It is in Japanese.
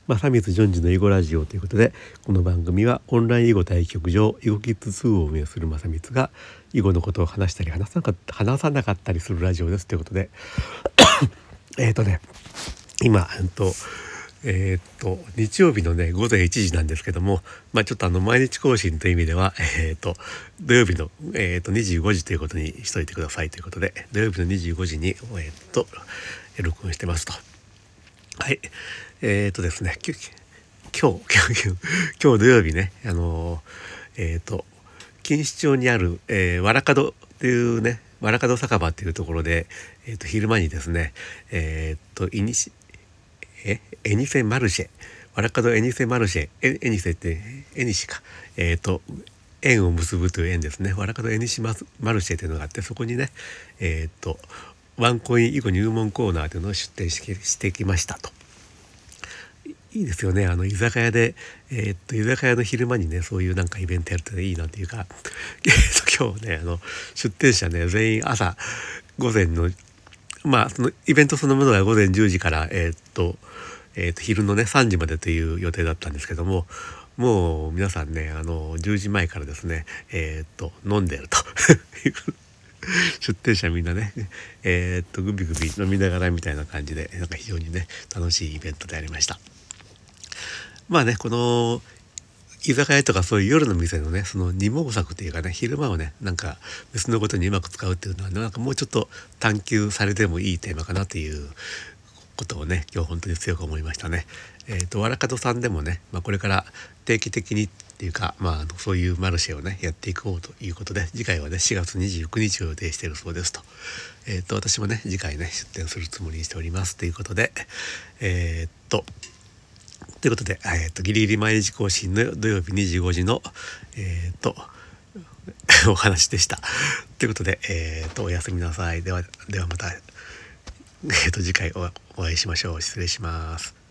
正光順次の囲碁ラジオということで、この番組はオンライン囲碁対局場囲碁キッズ2を運営する正光が囲碁のことを話したり話さなかったりするラジオですということで今日曜日のね午前1時なんですけども、ちょっと毎日更新という意味では土曜日の25時ということにしといてくださいということで、土曜日の25時に録音してますと。はいですね、今日土曜日ね、錦糸町にある、わらかどっていうね、わらかど酒場っていうところで、昼間にですね、エニセマルシェ、わらかどエニセマルシェ、エニセってエニシか、縁を結ぶという縁ですね。わらかどエニシマルシェというのがあって、そこにね、ワンコイン囲碁入門コーナーというのを出店してきましたと。いいですよね。居酒屋で、居酒屋の昼間にね、そういうなんかイベントやるといいなっていうか、今日ね、出店者ね、全員朝午前の、そのイベントそのものが午前10時から、昼のね、3時までという予定だったんですけども、もう皆さんね、10時前からですね、飲んでると。出店者みんなね、グビグビ飲みながらみたいな感じで、なんか非常にね、楽しいイベントでありました。この居酒屋とかそういう夜の店のね、その二毛作というかね、昼間をね、なんか別のことにうまく使うっていうのは、なんかもうちょっと探求されてもいいテーマかなということをね、今日本当に強く思いましたね。わらかどさんでもね、これから定期的にっていうか、そういうマルシェをねやっていこうということで、次回はね4月29日を予定しているそうですと。私もね次回ね出店するつもりにしておりますということで、ギリギリ毎日更新の土曜日25時のお話でした。ということで、おやすみなさい。ではまた次回お会いしましょう。失礼します。